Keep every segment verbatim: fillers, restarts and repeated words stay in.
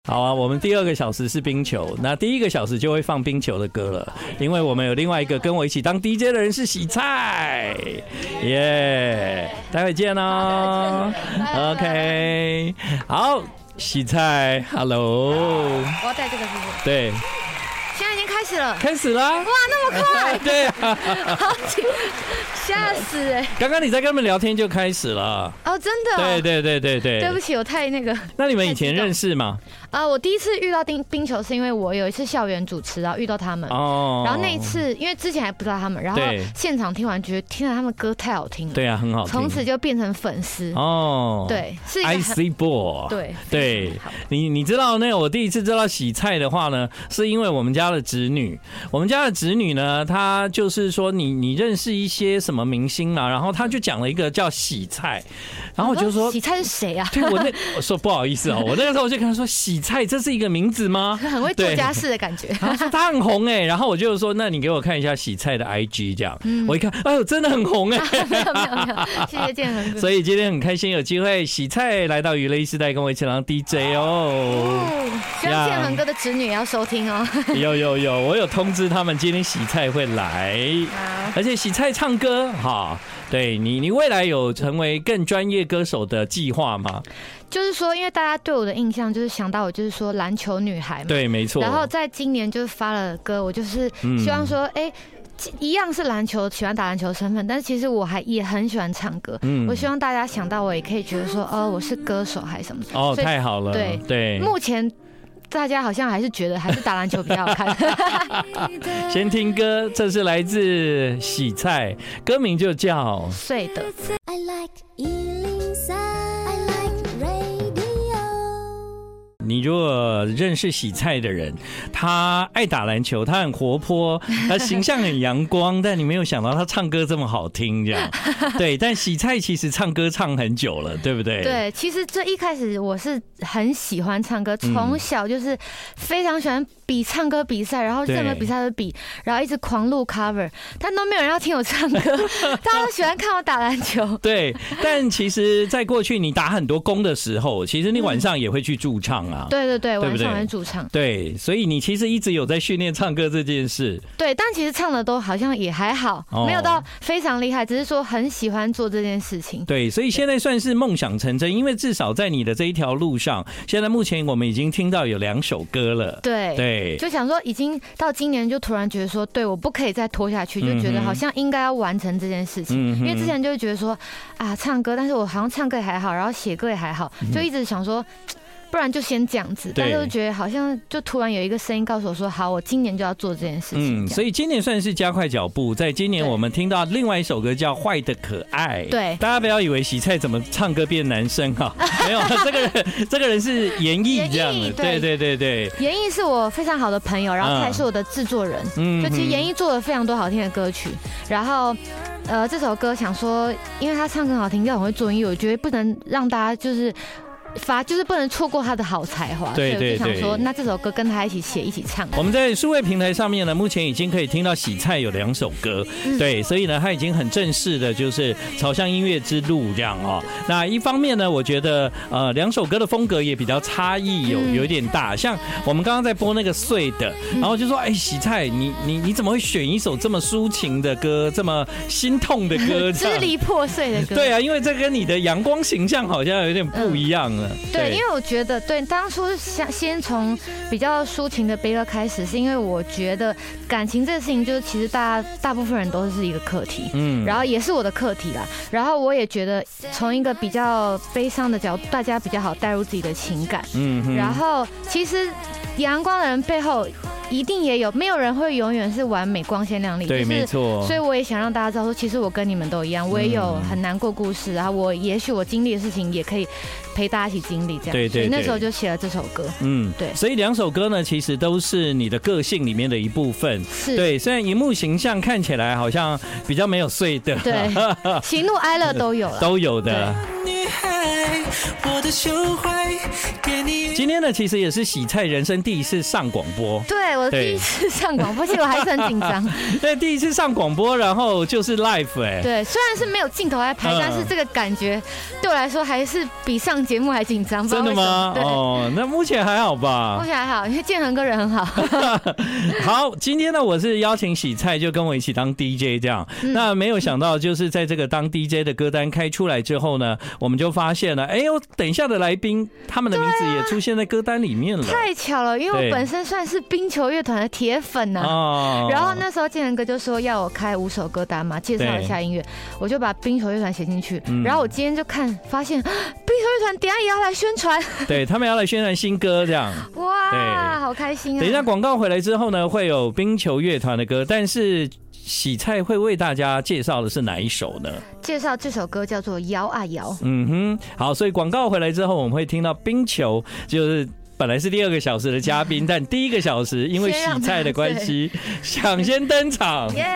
好啊，我们第二个小时是冰球，那第一个小时就会放冰球的歌了，因为我们有另外一个跟我一起当 D J 的人是洗菜，耶、yeah ，待会见哦。OK， 好，洗菜 ，Hello， 我要带这个是不是？ 对。 现在已经开始了， 开始啦！ 哇，那么快！ 对啊， 好紧，吓死哎、欸！ 刚刚你在跟他们聊天就开始了。 哦，真的、哦？ 对对对对对。 对不起，我太那个。 那你们以前认识吗？ 啊、呃，我第一次遇到冰冰球是因为我有一次校园主持，然后遇到他们。哦。然后那一次，因为之前还不知道他们，然后现场听完觉得天啊，他们歌太好听了。 对啊，很好听。 从此就变成粉丝。 哦。 对，是一个 I C Boy。 对对。你你知道那个我第一次知道洗菜的话呢，是因为我们家的侄女，我们家的侄女呢，她就是说你你认识一些什么明星嘛，然后她就讲了一个叫洗菜，然后我就说洗菜是谁啊？ 对我那我说不好意思哦，我那个时候我就跟她说洗菜这是一个名字吗？ 很会做家事的感觉。 她说她很红哎、欸，然后我就说那你给我看一下洗菜的 I G 这样，嗯、我一看哎呦真的很红哎、欸， 没有没有没有，谢谢建恒哥。 所以今天很开心有机会洗菜来到娱乐一时代跟我一起当 D J 哦。 希望建恒哥的侄女也要收听哦。 有有有，我有通知他们今天洗菜会来，而且洗菜唱歌哈，对你你未来有成为更专业歌手的计划吗？ 就是说，因为大家对我的印象就是想到我就是说篮球女孩嘛， 对，没错。 然后在今年就是发了歌，我就是希望说，哎、嗯。一样是篮球，喜欢打篮球的身份，但是其实我还也很喜欢唱歌。嗯，我希望大家想到我也可以觉得说，哦，我是歌手还是什么。 哦，太好了。对对， 目前大家好像还是觉得还是打篮球比较好看。 先听歌，这是来自洗菜，歌名就叫《 睡的》。I like 一零三 I like radio。 你如果认识洗菜的人，他爱打篮球，他很活泼，他形象很阳光，但你没有想到他唱歌这么好听，这样对。但洗菜其实唱歌唱很久了，对不对？ 对，其实最一开始我是很喜欢唱歌，从小就是非常喜欢比唱歌比赛，然后任何比赛都比，然后一直狂录 cover， 但都没有人要听我唱歌，大家都喜欢看我打篮球。 对，但其实在过去你打很多工的时候，其实你晚上也会去驻唱啊。 对对对，晚上会驻唱。 对，所以你其实一直有在训练唱歌这件事。 对，但其实唱的都好像也还好，哦、没有到非常厉害，只是说很喜欢做这件事情。 对，所以现在算是梦想成真，因为至少在你的这一条路上，现在目前我们已经听到有两首歌了。 对对， 就想说已经到今年，就突然觉得说，对，我不可以再拖下去，就觉得好像应该要完成这件事情。嗯、因为之前就会觉得说啊，唱歌，但是我好像唱歌也还好，然后写歌也还好，就一直想说。不然就先这样子，但是我觉得好像就突然有一个声音告诉我说：“好，我今年就要做这件事情。”嗯， 所以今年算是加快脚步。在今年我们听到另外一首歌叫《坏的可爱》， 对， 大家不要以为洗菜怎么唱歌变男生哈，没有，这个人这个人是严艺这样的，对对对对。 严艺是我非常好的朋友，然后他也是我的制作人，嗯，就其实严艺做了非常多好听的歌曲，然后。呃，这首歌想说，因为他唱歌很好听，又很会做音乐，我觉得不能让大家就是发，就是不能错过他的好才华。 对对对。 所以我就想说，那这首歌跟他一起写，一起唱。 我们在数位平台上面呢，目前已经可以听到洗菜有两首歌，嗯、对，所以呢，他已经很正式的，就是朝向音乐之路这样哦。那一方面呢，我觉得呃，两首歌的风格也比较差异，有有一点大。像我们刚刚在播那个碎的，然后就说，哎、欸，洗菜，你你你怎么会选一首这么抒情的歌，这么心痛的歌， 支离破碎的歌？ 对啊，因为这跟你的阳光形象好像有点不一样了。 嗯、对，因为我觉得，对，当初先先从比较抒情的悲歌开始，是因为我觉得感情这个事情，就是其实大家大部分人都是一个课题，嗯，然后也是我的课题啦。然后我也觉得从一个比较悲伤的角度，大家比较好带入自己的情感，嗯，然后其实阳光的人背后。一定也有，没有人会永远是完美、光鲜亮丽。 对，没错。 所以我也想让大家知道说，其实我跟你们都一样，我也有很难过故事，然后我也许我经历的事情也可以陪大家一起经历，这样。对对对。所以那时候就写了这首歌。嗯，对。 所以两首歌呢，其实都是你的个性里面的一部分。 是。 对，虽然荧幕形象看起来好像比较没有碎的， 对，喜怒哀乐都有了， 都有的。 海，我的胸怀给你。 今天呢，其实也是洗菜人生第一次上广播。 对，我第一次上广播，其实我还是很紧张。 对，第一次上广播，然后就是 live 哎、欸。 对，虽然是没有镜头来拍，嗯、但是这个感觉对我来说还是比上节目还紧张。 真的吗？哦，那目前还好吧？ 目前还好，因为建恒哥人很好。 好，今天呢，我是邀请洗菜，就跟我一起当 D J 这样。嗯、那没有想到，就是在这个当 D J 的歌单开出来之后呢，我们就发现了，哎呦，等一下的来宾，他们的名字也出现在歌单里面了。 太巧了，因为我本身算是冰球乐团的铁粉呐、啊。哦。然后那时候建恒哥就说要我开五首歌单嘛，介绍一下音乐，我就把冰球乐团写进去。嗯、然后我今天就看，发现冰球乐团等一下也要来宣传。对， 他们要来宣传新歌这样。 哇，好开心啊！ 等一下广告回来之后呢，会有冰球乐团的歌，但是洗菜会为大家介绍的是哪一首呢？ 介绍这首歌叫做《摇啊摇》。 嗯哼，好，所以广告回来之后，我们会听到冰球，就是本来是第二个小时的嘉宾，但第一个小时因为洗菜的关系，抢先登场。Yeah.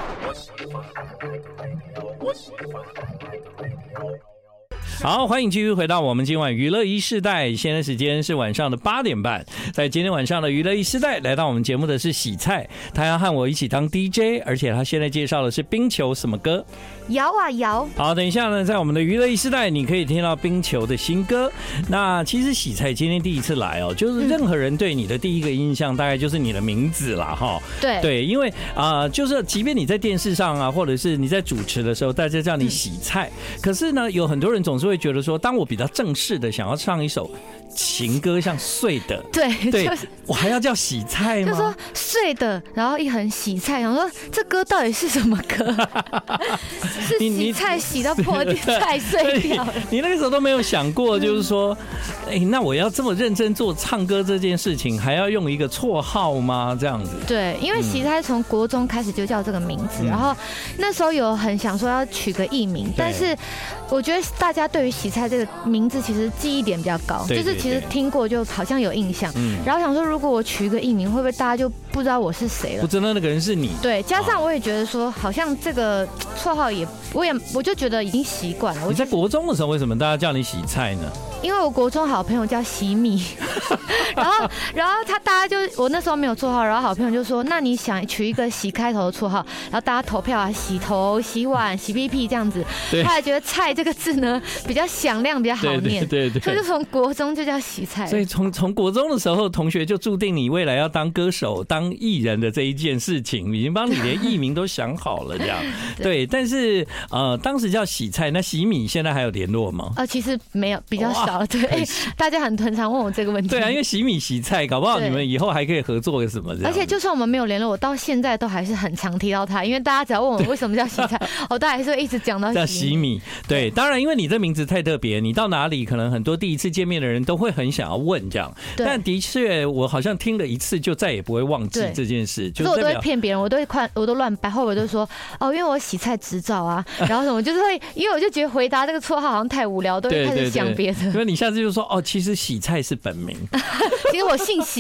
好，欢迎继续回到我们今晚娱乐一世代，现在时间是晚上的八点半。在今天晚上的娱乐一世代，来到我们节目的是洗菜，他要和我一起当 D J， 而且他现在介绍的是冰球什么歌？ 摇啊摇。 好，等一下呢，在我们的娱乐一世代，你可以听到冰球的新歌。那其实洗菜今天第一次来哦，就是任何人对你的第一个印象，大概就是你的名字啦，哈。 对对，因为啊、呃，就是即便你在电视上啊，或者是你在主持的时候，大家叫你洗菜，嗯、可是呢，有很多人总是会觉得说，当我比较正式的想要唱一首情歌，像睡的， 对对， 就是、 我还要叫洗菜吗？ 就说睡的，然后一横洗菜，然后说这歌到底是什么歌？是洗菜洗到破地菜碎掉了。 你那个时候都没有想过，就是说，哎、欸，那我要这么认真做唱歌这件事情，还要用一个绰号吗？这样子？ 对，因为洗菜从国中开始就叫这个名字，嗯、然后那时候有很想说要取个艺名，但是我觉得大家对于洗菜这个名字其实记忆点比较高，对对对，就是其实听过就好像有印象。嗯、然后想说，如果我取一个艺名，会不会大家就不知道我是谁了？ 不知道那个人是你。 对，加上我也觉得说，好像这个绰号也，我也我就觉得已经习惯了。 你在国中的时候，为什么大家叫你洗菜呢？ 因为我国中好朋友叫洗米，然后然后他大家就我那时候没有绰号，然后好朋友就说，那你想取一个洗开头的绰号，然后大家投票啊，洗头、洗碗、洗屁屁这样子。后来觉得菜这个字呢比较响亮，比较好念，对对 对, 对，所以就从国中就叫洗菜。 所以从从国中的时候，同学就注定你未来要当歌手、当艺人的这一件事情，已经帮你连艺名都想好了这样。对，但是呃，当时叫洗菜，那洗米现在还有联络吗？ 呃，其实没有，比较少。对，大家很很常问我这个问题。 对啊，因为洗米洗菜，搞不好你们以后还可以合作个什么这样。 而且就算我们没有联络，我到现在都还是很常提到他，因为大家只要问我为什么叫洗菜，我都还是会一直讲到叫洗米。对，当然因为你这名字太特别，你到哪里可能很多第一次见面的人都会很想要问这样。但的确，我好像听了一次就再也不会忘记这件事。 就是我都会骗别人，我都会快，我都乱掰，后来就说哦，因为我洗菜执照啊，然后什么就是会，因为我就觉得回答这个绰号好像太无聊，都会开始想别的。 因为你下次就说哦，其实洗菜是本名， 其实我姓洗。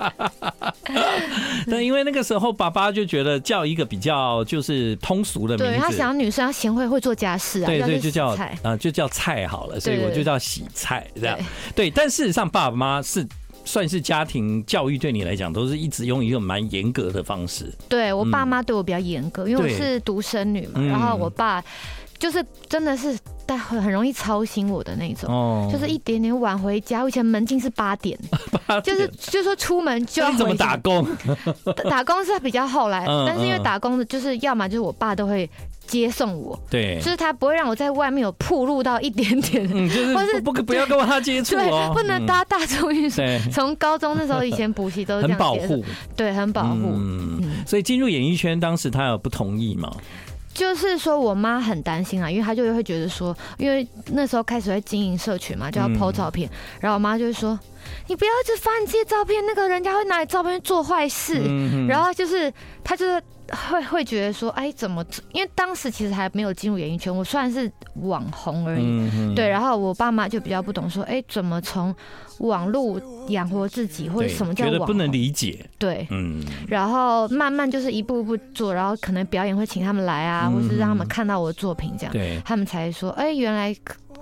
但因为那个时候爸爸就觉得叫一个比较就是通俗的名字， 对他想要女生要贤惠会做家事啊， 对对，就叫啊、呃、就叫菜好了，所以我就叫洗菜这样。对，但事实上爸爸妈妈是算是家庭教育对你来讲都是一直用一个蛮严格的方式。 对我爸妈对我比较严格，因为我是独生女嘛，然后我爸就是真的是但很容易操心我的那种，哦、就是一点点晚回家。我以前门禁是八点，就是就是说出门就要回家。你怎么打工？ 打工是比较后来，嗯、但是因为打工的，就是要么就是我爸都会接送我， 对， 就是他不会让我在外面有暴露到一点点， 嗯，就是或是不不要跟他接触哦， 对，不能搭大众运输。从高中那时候以前补习都是这样， 很保护， 对，很保护。 嗯，嗯所以进入演艺圈，当时他有不同意吗？ 就是说我妈很担心啊，因为她就会觉得说，因为那时候开始在经营社群嘛，就要 po 照片，嗯、然后我妈就会说，你不要一直发你这些照片，那个人家会拿你照片做坏事。嗯、然后就是她就是会会觉得说，哎，怎么？因为当时其实还没有进入演艺圈，我算是网红而已。嗯、对，然后我爸妈就比较不懂，说，哎，怎么从网络养活自己，或者什么叫网红？ 觉得不能理解。 对，嗯。然后慢慢就是一步一步做，然后可能表演会请他们来啊，嗯、或是让他们看到我的作品，这样，对，他们才说，哎，原来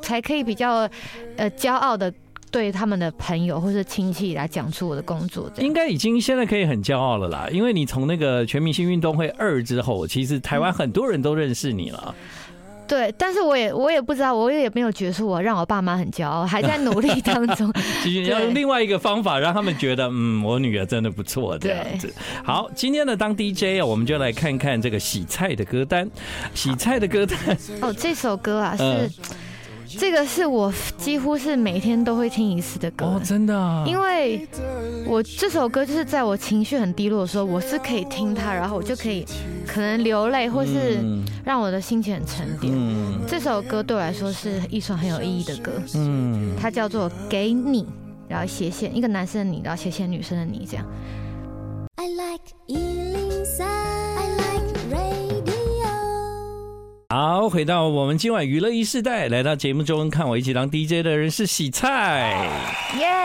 才可以比较呃骄傲的对他们的朋友或是亲戚来讲出我的工作。应该已经现在可以很骄傲了啦，因为你从那个全明星运动会二之后，其实台湾很多人都认识你了。 对，但是我也我也不知道，我也没有觉得说我让我爸妈很骄傲，还在努力当中。 其实要用另外一个方法让他们觉得，嗯，我女儿真的不错这样子。好，今天呢当 D J 啊，我们就来看看这个洗菜的歌单。洗菜的歌单哦，这首歌啊是。嗯这个是我几乎是每天都会听一次的歌哦，真的、啊。 因为我这首歌就是在我情绪很低落的时候，我是可以听它，然后我就可以可能流泪，或是让我的心情很沉淀。嗯、这首歌对我来说是一首很有意义的歌。嗯，它叫做《给你》，然后斜线一个男生的你，然后斜线女生的你，这样。I like 一零三 I like radio。 好，回到我们今晚娱乐一世代，来到节目中看我一起当 D J 的人是洗菜， 耶、yeah ！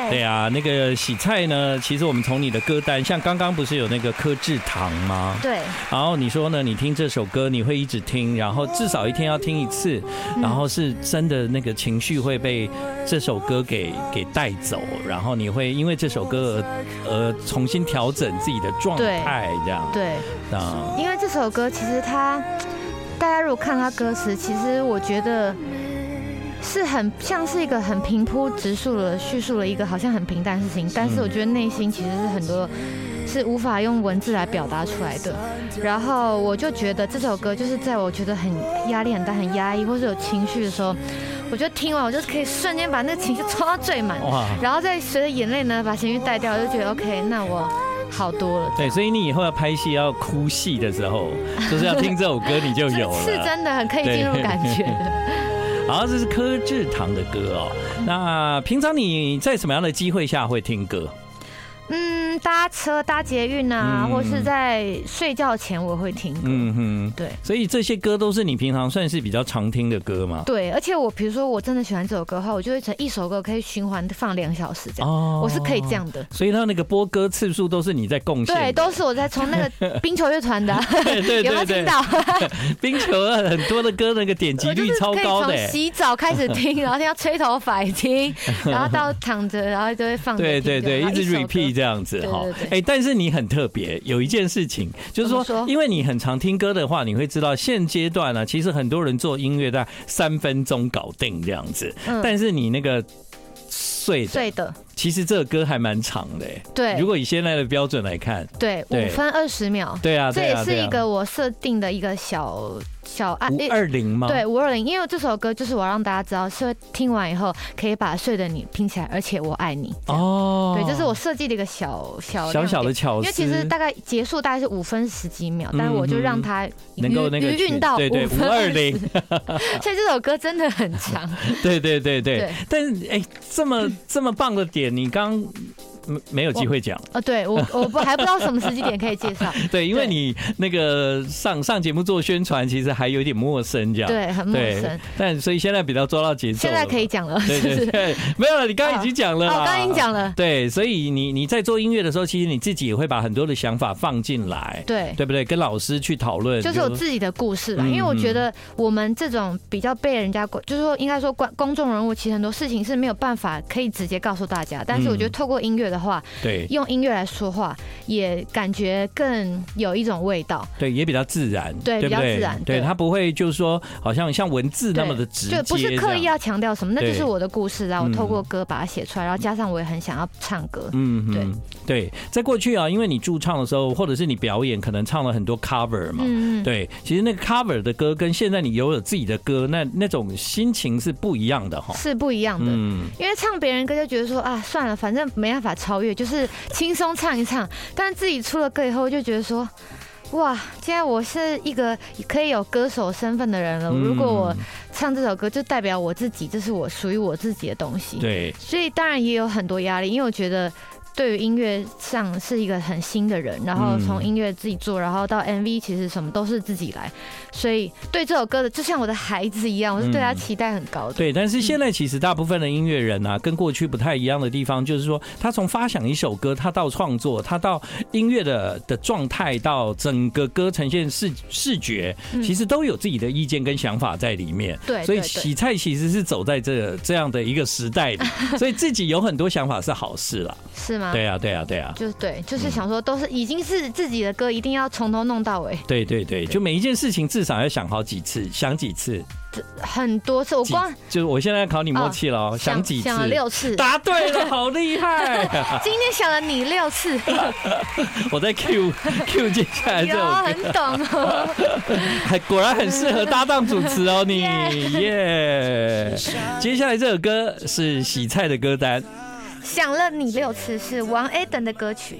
对啊，那个洗菜呢，其实我们从你的歌单，像刚刚不是有那个柯智堂吗？ 对。 然后你说呢，你听这首歌你会一直听，然后至少一天要听一次，嗯、然后是真的那个情绪会被这首歌给给带走，然后你会因为这首歌而而重新调整自己的状态，这样。 对。 啊， 因为这首歌其实它。大家如果看他歌词，其实我觉得是很像是一个很平铺直述的叙述了一个好像很平淡的事情，但是我觉得内心其实是很多是无法用文字来表达出来的。然后我就觉得这首歌就是在我觉得很压力很大、很压抑或是有情绪的时候，我觉得听完我就可以瞬间把那个情绪抽到最满，然后再随着眼泪呢把情绪带掉，我就觉得 OK， 那我。好多了， 对，所以你以后要拍戏要哭戏的时候，就是要听这首歌，你就有了， 是真的很可以进入感觉的。 好，这是柯智堂的歌哦。那平常你在什么样的机会下会听歌？ 嗯，搭车、搭捷运啊，嗯、或是在睡觉前我会听歌。嗯哼，对， 所以这些歌都是你平常算是比较常听的歌吗？ 对，而且我比如说我真的喜欢这首歌的话，我就会成一首歌可以循环放两小时这样。哦，我是可以这样的。 所以他那个播歌次数都是你在贡献。 对，都是我在从那个冰球乐团的。 对对对对，有没有听到？冰球很多的歌那个点击率超高的。 从洗澡开始听，然后听到吹头发听，然后到躺着，然后就会放。 对对对，一直 repeat。这样子哈，哎，但是你很特别，有一件事情就是说，因为你很常听歌的话，你会知道现阶段呢、啊，其实很多人做音乐在三分钟搞定这样子，嗯、但是你那个睡的睡的， 其实这个歌还蛮长的， 对， 如果以现在的标准来看， 对，五分二十秒， 对啊， 这也是一个我设定的一个小。小五二零吗？ 对，五二零，因为这首歌就是我让大家知道，是听完以后可以把睡的你拼起来，而且我爱你。哦，对，这是我设计的一个小小小小的巧思。 因为其实大概结束大概是五分十几秒，但是我就让它能够那个运到五分二零， 所以这首歌真的很长。 对对对对，但是哎，这么这么棒的点，你刚。没有机会讲哦，对我我不还不知道什么时机点可以介绍。 对，因为你那个上上节目做宣传，其实还有点陌生，这样对，很陌生。 但所以现在比较抓到节奏， 现在可以讲了。 对对对，没有了，你刚刚已经讲了， 哦，刚刚已经讲了。 对，所以你你在做音乐的时候，其实你自己也会把很多的想法放进来， 对对不对？跟老师去讨论， 就是有自己的故事啦。因为我觉得我们这种比较被人家，就是说应该说公公众人物，其实很多事情是没有办法可以直接告诉大家。但是我觉得透过音乐的话， 对。 用音乐来说话，也感觉更有一种味道。 对，也比较自然， 对， 对比较自然。 对，它不会就是说，好像像文字那么的直接， 就不是刻意要强调什么，那就是我的故事，然后我透过歌把它写出来，然后加上我也很想要唱歌。嗯，对对，在过去啊，因为你驻唱的时候，或者是你表演，可能唱了很多 cover 嘛，嗯，对，其实那个 cover 的歌跟现在你有了自己的歌，那那种心情是不一样的哈， 是不一样的。嗯，因为唱别人歌就觉得说啊，算了，反正没办法超越，就是轻松唱一唱。但自己出了歌以后，就觉得说，哇，现在我是一个可以有歌手身份的人了。如果我唱这首歌，就代表我自己，这是我属于我自己的东西。 对， 所以当然也有很多压力，因为我觉得对于音乐上是一个很新的人，然后从音乐自己做，然后到 M V 其实什么都是自己来，所以对这首歌的就像我的孩子一样，我是对他期待很高的。 对，但是现在其实大部分的音乐人啊，跟过去不太一样的地方，就是说他从发想一首歌，他到创作，他到音乐的的状态，到整个歌呈现视视觉，其实都有自己的意见跟想法在里面。 对， 所以洗菜其实是走在这这样的一个时代里，所以自己有很多想法是好事啦。 是吗？ 对啊，对啊，对啊， 就对，就是想说，都是已经是自己的歌，一定要从头弄到尾。 对对对，就每一件事情至少要想好几次，想几次。 很多次，我光就是我现在考你默契了，哦，想几次？ 想了六次， 答对了，好厉害！ 今天想了你六次， 我在 Q Q 接下来这首歌， 很懂哦， 果然很适合搭档主持哦，你耶！接下来这首歌是洗菜的歌单， 想了你六次是王 A 等的歌曲。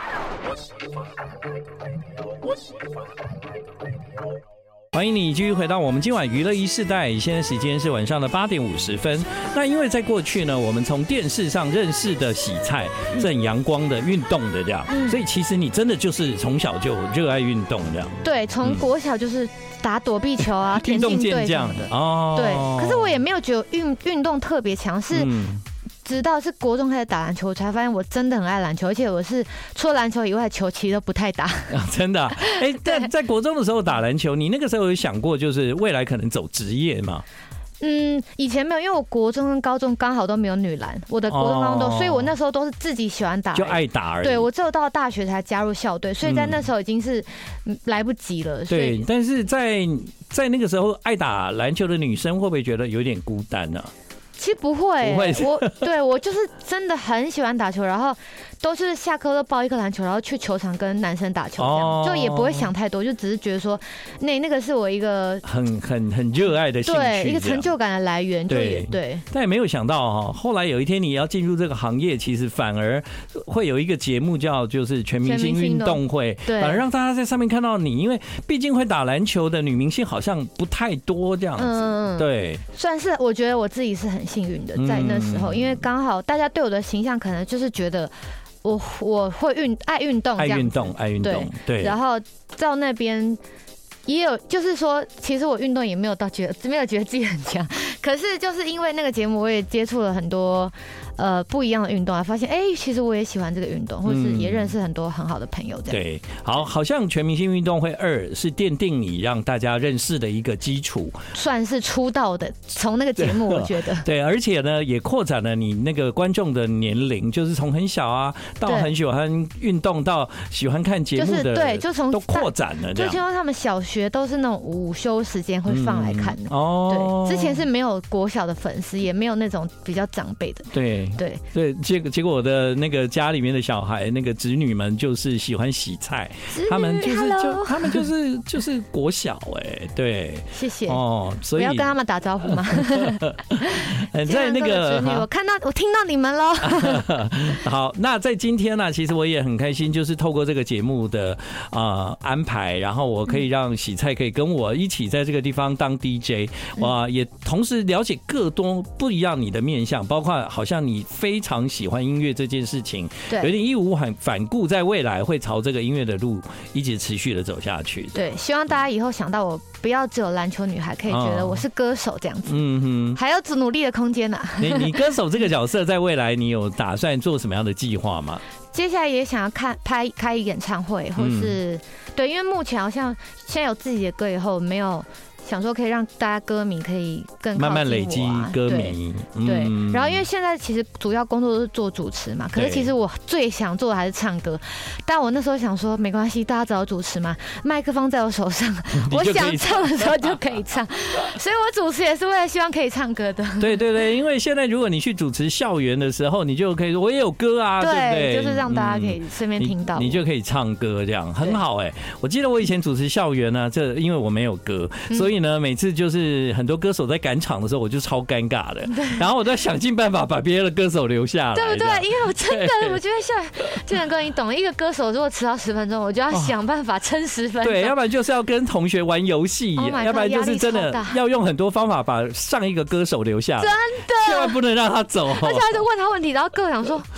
欢迎你继续回到我们今晚娱乐一世代，现在时间是晚上的八点五十分。那因为在过去呢，我们从电视上认识的洗菜是很阳光的、运动的这样，所以其实你真的就是从小就热爱运动这样。 对，从国小就是打躲避球啊、田径队什么的。 哦， 对，可是我也没有觉得运运动特别强，是。直到是国中开始打篮球，我才发现我真的很爱篮球，而且我是除了篮球以外，球其实都不太打。 啊、真的、啊？哎、欸，在在国中的时候打篮球，你那个时候有想过就是未来可能走职业吗？ 嗯，以前没有，因为我国中跟高中刚好都没有女篮，我的国中、高中都，哦、所以我那时候都是自己喜欢打， 就爱打而已。 对，我只有到大学才加入校队，所以在那时候已经是来不及了。 对，但是在在那个时候爱打篮球的女生会不会觉得有点孤单呢、啊？ 其实不会， 不会我对我就是真的很喜欢打球，然后都是下课都抱一颗篮球，然后去球场跟男生打球，这样、哦、就也不会想太多，就只是觉得说那那个是我一个很很很热爱的兴趣， 对，一个成就感的来源，对对。 但也没有想到哈，后来有一天你要进入这个行业，其实反而会有一个节目叫就是全明星运动会，反而让大家在上面看到你，因为毕竟会打篮球的女明星好像不太多这样子，嗯、对， 算是我觉得我自己是很幸运的，在那时候，嗯、因为刚好大家对我的形象可能就是觉得我我会运爱运动， 爱运动，爱运动，对， 对，然后到那边也有，就是说，其实我运动也没有到觉得没有觉得自己很强，可是就是因为那个节目，我也接触了很多。呃，不一样的运动啊，发现哎、欸，其实我也喜欢这个运动，或是也认识很多很好的朋友。这样、嗯、 对，好，好像全明星运动会二是奠定你让大家认识的一个基础， 算是出道的。从那个节目，我觉得对, 对，而且呢，也扩展了你那个观众的年龄，就是从很小啊到很喜欢运动，到喜欢看节目的， 就是对，就从都扩展了。 就听说他们小学都是那种午休时间会放来看的、嗯、 哦。 对，之前是没有国小的粉丝，也没有那种比较长辈的。 对。 对对，结果结果我的那个家里面的小孩，那个侄女们就是喜欢洗菜，他们就是就他们就是就是国小哎、欸，对， 谢谢哦，所以不要跟他们打招呼吗？ 在那个我看到我听到你们喽。 好，那在今天呢、啊，其实我也很开心，就是透过这个节目的呃安排，然后我可以让洗菜可以跟我一起在这个地方当 D J， 哇，也同时了解各多不一样你的面向，包括好像你非常喜欢音乐这件事情，有点义无反顾，在未来会朝这个音乐的路一直持续的走下去。 对，希望大家以后想到我，不要只有篮球女孩，可以觉得我是歌手这样子，嗯哼，还有努力的空间呐、啊。 你你歌手这个角色，在未来你有打算做什么样的计划吗？ 接下来也想要看拍开演唱会，或是、嗯、对，因为目前好像现在有自己的歌以后，没有。想说可以让大家歌迷可以更靠近我、啊、 慢慢累积歌迷， 对，对、嗯。然后因为现在其实主要工作都是做主持嘛，可是其实我最想做的还是唱歌。但我那时候想说，没关系，大家找我主持嘛，麦克风在我手上，我想唱的时候就可以唱。所以我主持也是为了希望可以唱歌的。 对对对，因为现在如果你去主持校园的时候，你就可以说我也有歌啊，对, 对不对？ 就是让大家可以顺便听到、嗯你，你就可以唱歌，这样很好哎、欸。我记得我以前主持校园呢、啊，这因为我没有歌，所以呢，每次就是很多歌手在赶场的时候，我就超尴尬的。然后我都想尽办法把别的歌手留下来， 对不对？因为我真的，我觉得像建仁哥，你懂，一个歌手如果迟到十分钟，我就要想办法撑十分钟。 对，要不然就是要跟同学玩游戏， oh、 要不然就是真的要用很多方法把上一个歌手留下来， 真的， 千万不能让他走。 而且他就问他问题，然后歌手想说。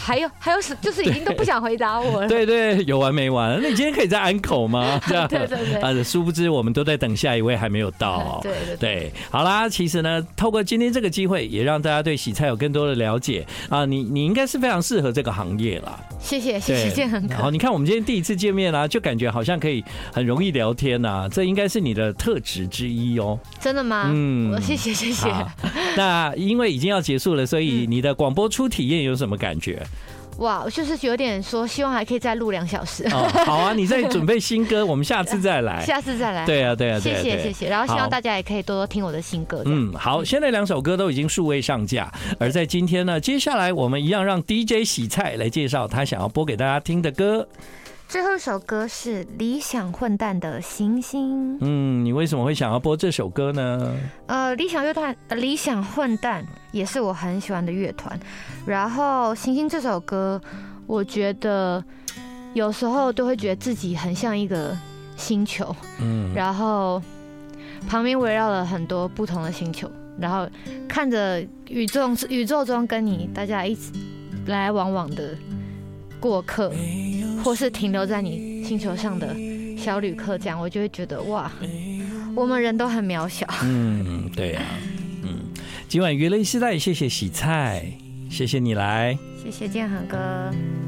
还有还有什就是已经都不想回答我了。 对对，有完没完？那你今天可以再安口吗？这样对对对。 啊，殊不知我们都在等下一位还没有到、哦。 对对 对, 对，好啦，其实呢，透过今天这个机会，也让大家对洗菜有更多的了解啊。你你应该是非常适合这个行业啦。 谢谢谢谢建恒哥。 好，你看我们今天第一次见面啦、啊，就感觉好像可以很容易聊天呐、啊，这应该是你的特质之一哦。 真的吗？嗯，我谢谢谢谢。 那因为已经要结束了，所以你的广播初体验有什么感觉？ 哇，就是有点说，希望还可以再录两小时。 哦，好啊，你在准备新歌，我们下次再来。 下次再来。 对啊，对啊，对啊。 谢谢谢谢。然后希望大家也可以多多听我的新歌。 嗯，好，现在两首歌都已经数位上架，而在今天呢，接下来我们一样让 D J 洗菜来介绍他想要播给大家听的歌。 最后一首歌是理想混蛋的星星。 嗯，你为什么会想要播这首歌呢？ 呃，理想乐团，呃，理想混蛋也是我很喜欢的乐团。然后星星这首歌，我觉得有时候都会觉得自己很像一个星球，嗯，然后旁边围绕了很多不同的星球，然后看着宇宙宇宙中跟你大家一起来来往往的过客，或是停留在你星球上的小旅客，这样我就会觉得哇，我们人都很渺小。 嗯，对啊，嗯，今晚娱乐时代，谢谢洗菜，谢谢你来， 谢谢建恒哥。